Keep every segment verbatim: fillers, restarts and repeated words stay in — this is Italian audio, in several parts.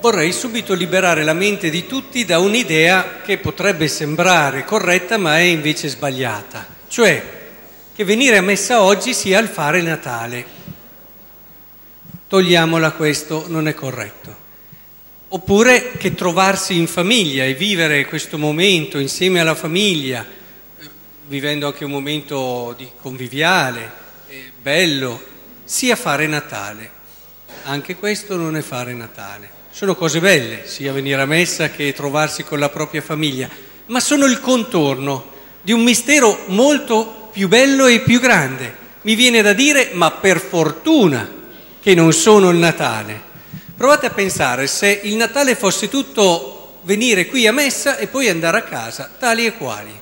vorrei subito liberare la mente di tutti da un'idea che potrebbe sembrare corretta ma è invece sbagliata, cioè che venire a messa oggi sia il fare Natale. Togliamola, questo non è corretto. Oppure che trovarsi in famiglia e vivere questo momento insieme alla famiglia, vivendo anche un momento di conviviale, eh, bello, sia fare Natale. Anche questo non è fare Natale. Sono cose belle, sia venire a messa che trovarsi con la propria famiglia, ma sono il contorno di un mistero molto più bello e più grande. Mi viene da dire, ma per fortuna che non sono il Natale. Provate a pensare se il Natale fosse tutto venire qui a messa e poi andare a casa, tali e quali.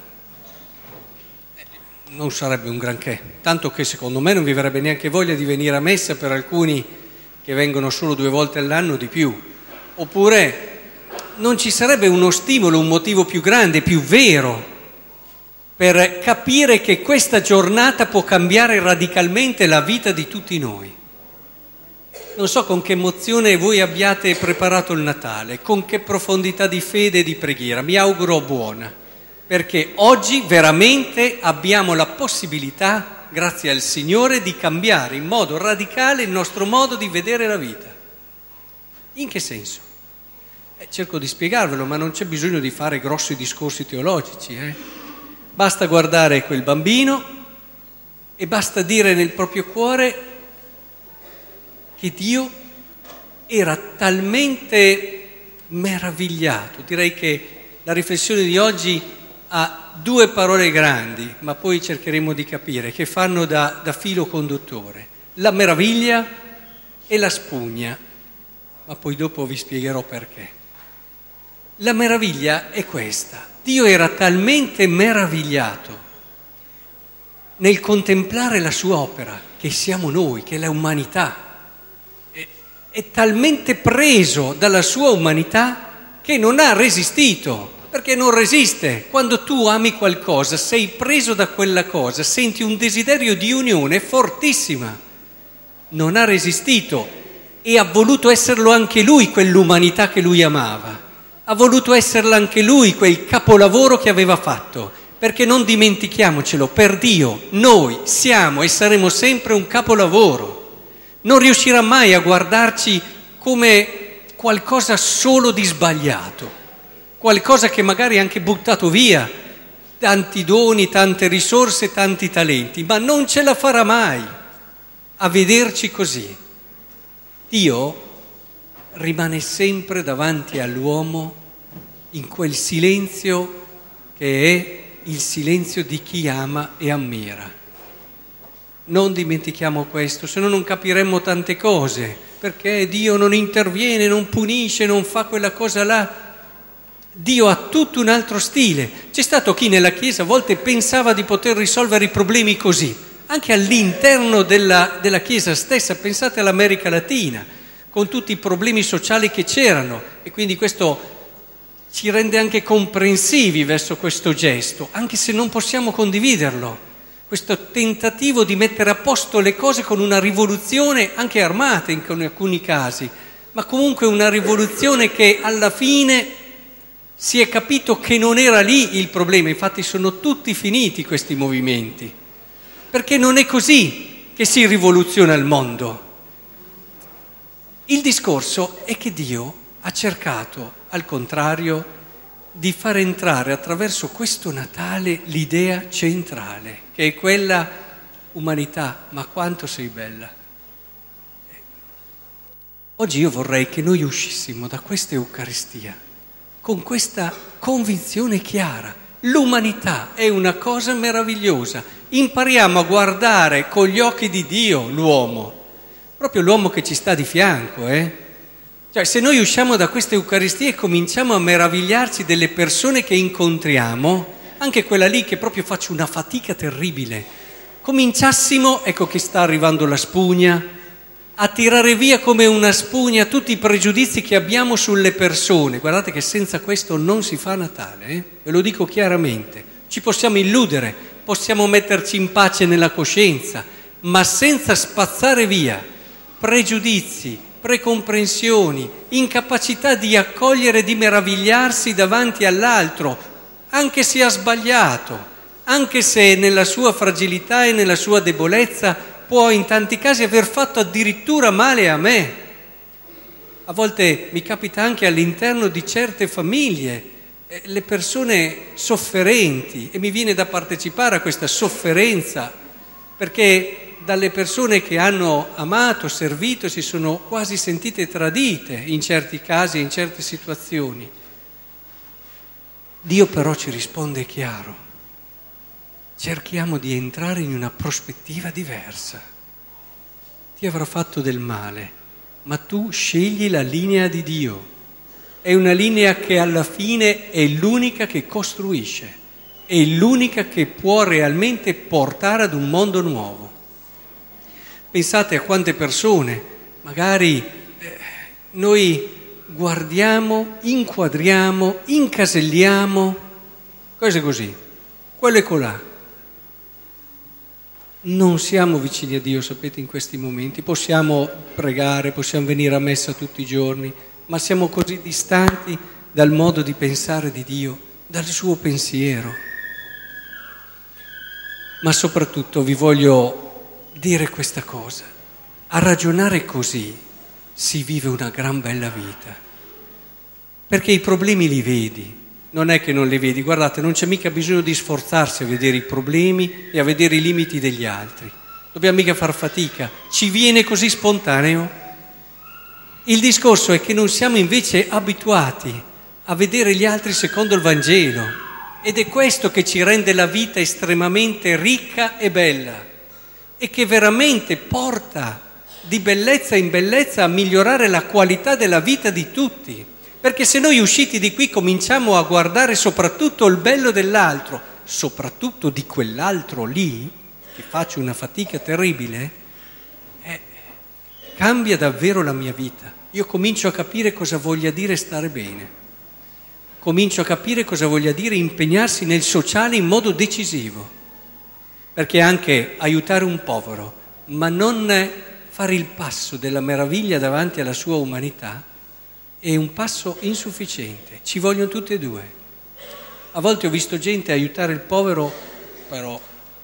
Non sarebbe un granché, tanto che secondo me non vi verrebbe neanche voglia di venire a messa per alcuni che vengono solo due volte all'anno di più. Oppure non ci sarebbe uno stimolo, un motivo più grande, più vero, per capire che questa giornata può cambiare radicalmente la vita di tutti noi. Non so con che emozione voi abbiate preparato il Natale, con che profondità di fede e di preghiera, mi auguro buona, perché oggi veramente abbiamo la possibilità, grazie al Signore, di cambiare in modo radicale il nostro modo di vedere la vita. In che senso? Eh, cerco di spiegarvelo, ma non c'è bisogno di fare grossi discorsi teologici. Eh? Basta guardare quel bambino e basta dire nel proprio cuore che Dio era talmente meravigliato. Direi che la riflessione di oggi ha due parole grandi, ma poi cercheremo di capire, che fanno da, da filo conduttore. La meraviglia e la spugna, ma poi dopo vi spiegherò perché. La meraviglia è questa: Dio era talmente meravigliato nel contemplare la sua opera, che siamo noi, che è l'umanità, è, è talmente preso dalla sua umanità che non ha resistito, perché non resiste. Quando tu ami qualcosa, sei preso da quella cosa, senti un desiderio di unione fortissima. Non ha resistito e ha voluto esserlo anche lui, quell'umanità che lui amava. Ha voluto esserlo anche lui, quel capolavoro che aveva fatto, perché non dimentichiamocelo, per Dio noi siamo e saremo sempre un capolavoro. Non riuscirà mai a guardarci come qualcosa solo di sbagliato, qualcosa che magari ha anche buttato via, tanti doni, tante risorse, tanti talenti, ma non ce la farà mai a vederci così. Dio rimane sempre davanti all'uomo in quel silenzio che è il silenzio di chi ama e ammira. Non dimentichiamo questo, se no non capiremmo tante cose, perché Dio non interviene, non punisce, non fa quella cosa là. Dio ha tutto un altro stile. C'è stato chi nella Chiesa a volte pensava di poter risolvere i problemi così, anche all'interno della, della Chiesa stessa. Pensate all'America Latina, con tutti i problemi sociali che c'erano, e quindi questo ci rende anche comprensivi verso questo gesto, anche se non possiamo condividerlo, questo tentativo di mettere a posto le cose con una rivoluzione anche armata in alcuni casi, ma comunque una rivoluzione che alla fine si è capito che non era lì il problema. Infatti sono tutti finiti questi movimenti, perché non è così che si rivoluziona il mondo. Il discorso è che Dio ha cercato, al contrario, di far entrare attraverso questo Natale l'idea centrale, che è quella umanità, ma quanto sei bella. Oggi io vorrei che noi uscissimo da questa Eucaristia con questa convinzione chiara: l'umanità è una cosa meravigliosa. Impariamo a guardare con gli occhi di Dio l'uomo, proprio l'uomo che ci sta di fianco, eh? Cioè, se noi usciamo da questa Eucaristia e cominciamo a meravigliarci delle persone che incontriamo, anche quella lì che proprio faccio una fatica terribile, cominciassimo, ecco che sta arrivando la spugna, a tirare via come una spugna tutti i pregiudizi che abbiamo sulle persone. Guardate che senza questo non si fa Natale, eh? Ve lo dico chiaramente. Ci possiamo illudere, possiamo metterci in pace nella coscienza, ma senza spazzare via pregiudizi, precomprensioni, incapacità di accogliere e di meravigliarsi davanti all'altro, anche se ha sbagliato, anche se nella sua fragilità e nella sua debolezza può in tanti casi aver fatto addirittura male a me. A volte mi capita anche all'interno di certe famiglie, eh, le persone sofferenti, e mi viene da partecipare a questa sofferenza, perché dalle persone che hanno amato, servito, si sono quasi sentite tradite in certi casi, in certe situazioni. Dio però ci risponde chiaro: cerchiamo di entrare in una prospettiva diversa. Ti avrò fatto del male, ma tu scegli la linea di Dio. È una linea che alla fine è l'unica che costruisce, è l'unica che può realmente portare ad un mondo nuovo. Pensate a quante persone, magari eh, noi guardiamo, inquadriamo, incaselliamo, cose così, quello e colà. Non siamo vicini a Dio, sapete, in questi momenti. Possiamo pregare, possiamo venire a messa tutti i giorni, ma siamo così distanti dal modo di pensare di Dio, dal suo pensiero. Ma soprattutto vi voglio dire questa cosa: a ragionare così si vive una gran bella vita, perché i problemi li vedi, non è che non li vedi. Guardate, non c'è mica bisogno di sforzarsi a vedere i problemi e a vedere i limiti degli altri, dobbiamo mica far fatica, ci viene così spontaneo. Il discorso è che non siamo invece abituati a vedere gli altri secondo il Vangelo, ed è questo che ci rende la vita estremamente ricca e bella, e che veramente porta di bellezza in bellezza a migliorare la qualità della vita di tutti. Perché se noi usciti di qui cominciamo a guardare soprattutto il bello dell'altro, soprattutto di quell'altro lì, che faccio una fatica terribile, eh, cambia davvero la mia vita. Io comincio a capire cosa voglia dire stare bene, comincio a capire cosa voglia dire impegnarsi nel sociale in modo decisivo. Perché anche aiutare un povero, ma non fare il passo della meraviglia davanti alla sua umanità, è un passo insufficiente. Ci vogliono tutte e due. A volte ho visto gente aiutare il povero, però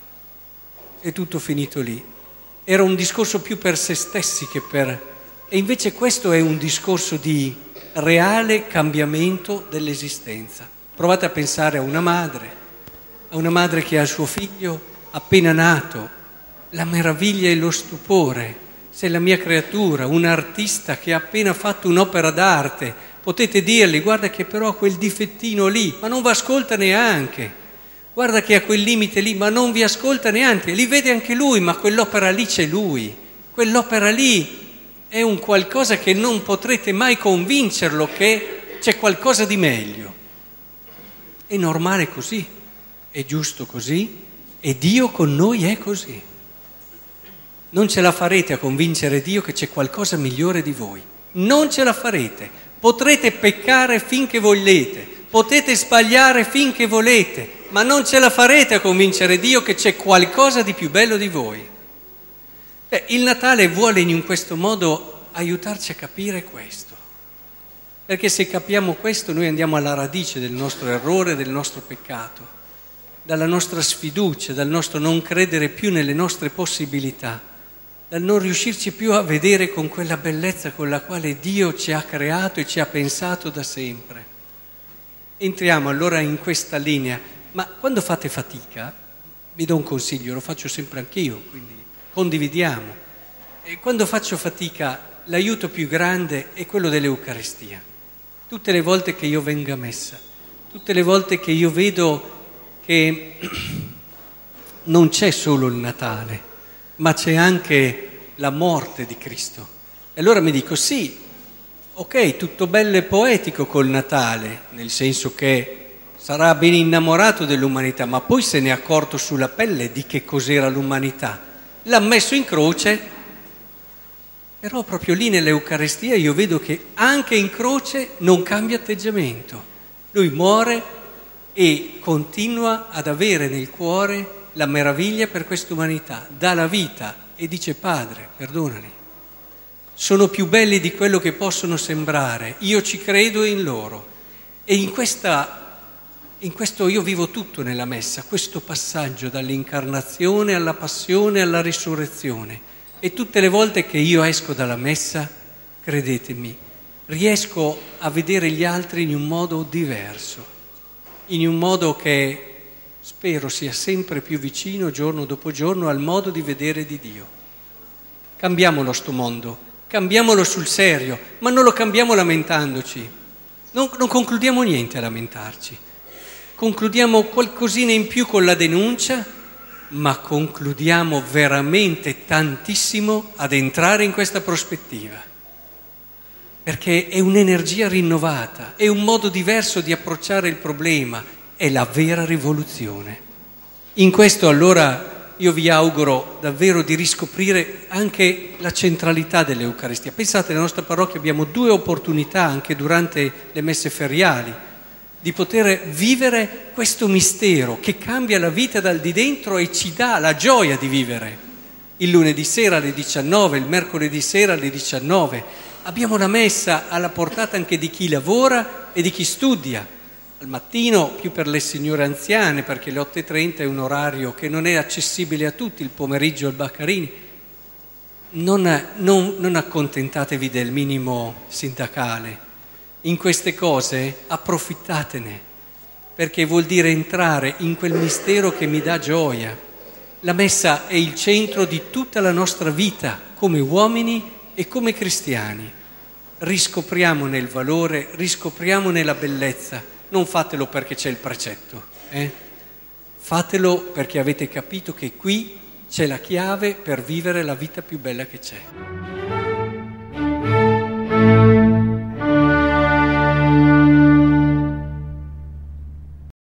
è tutto finito lì. Era un discorso più per se stessi che per... E invece questo è un discorso di reale cambiamento dell'esistenza. Provate a pensare a una madre, a una madre che ha il suo figlio appena nato, la meraviglia e lo stupore. Se la mia creatura, un artista che ha appena fatto un'opera d'arte, potete dirgli: guarda che però ha quel difettino lì, ma non vi ascolta neanche, guarda che ha quel limite lì, ma non vi ascolta neanche, li vede anche lui, ma quell'opera lì c'è lui, quell'opera lì è un qualcosa che non potrete mai convincerlo che c'è qualcosa di meglio. È normale così, è giusto così, e Dio con noi è così. Non ce la farete a convincere Dio che c'è qualcosa migliore di voi. Non ce la farete. Potrete peccare finché volete, potete sbagliare finché volete, ma non ce la farete a convincere Dio che c'è qualcosa di più bello di voi. Eh, il Natale vuole in questo modo aiutarci a capire questo. Perché se capiamo questo, noi andiamo alla radice del nostro errore, del nostro peccato, dalla nostra sfiducia, dal nostro non credere più nelle nostre possibilità, dal non riuscirci più a vedere con quella bellezza con la quale Dio ci ha creato e ci ha pensato da sempre. Entriamo allora in questa linea, ma quando fate fatica, vi do un consiglio, lo faccio sempre anch'io, quindi condividiamo. E quando faccio fatica, l'aiuto più grande è quello dell'Eucaristia. Tutte le volte che io vengo a messa, tutte le volte che io vedo che non c'è solo il Natale, ma c'è anche la morte di Cristo. E allora mi dico: sì, ok, tutto bello e poetico col Natale, nel senso che sarà ben innamorato dell'umanità, ma poi se ne è accorto sulla pelle di che cos'era l'umanità. L'ha messo in croce, però proprio lì nell'Eucaristia io vedo che anche in croce non cambia atteggiamento. Lui muore e continua ad avere nel cuore la meraviglia per questa umanità, dà la vita e dice: Padre, perdonali. sono più belli di quello che possono sembrare, io ci credo in loro. E in questa, in questo io vivo tutto nella messa, questo passaggio dall'incarnazione alla passione alla risurrezione. E tutte le volte che io esco dalla messa, credetemi, riesco a vedere gli altri in un modo diverso, in un modo che spero sia sempre più vicino, giorno dopo giorno, al modo di vedere di Dio. Cambiamolo sto mondo. Cambiamolo sul serio, ma non lo cambiamo lamentandoci. Non, non concludiamo niente a lamentarci. Concludiamo qualcosina in più con la denuncia, ma concludiamo veramente tantissimo ad entrare in questa prospettiva. Perché è un'energia rinnovata, è un modo diverso di approcciare il problema, è la vera rivoluzione. In questo allora io vi auguro davvero di riscoprire anche la centralità dell'Eucaristia. Pensate, nella nostra parrocchia abbiamo due opportunità anche durante le messe feriali di poter vivere questo mistero che cambia la vita dal di dentro e ci dà la gioia di vivere. Il lunedì sera alle diciannove, il mercoledì sera alle diciannove. Abbiamo la messa alla portata anche di chi lavora e di chi studia. Al mattino più per le signore anziane, perché le otto e trenta è un orario che non è accessibile a tutti, il pomeriggio al Baccarini. Non, non, non accontentatevi del minimo sindacale. In queste cose approfittatene, perché vuol dire entrare in quel mistero che mi dà gioia. La messa è il centro di tutta la nostra vita, come uomini e come cristiani. Riscopriamone il valore, riscopriamone la bellezza. Non fatelo perché c'è il precetto, eh? Fatelo perché avete capito che qui c'è la chiave per vivere la vita più bella che c'è.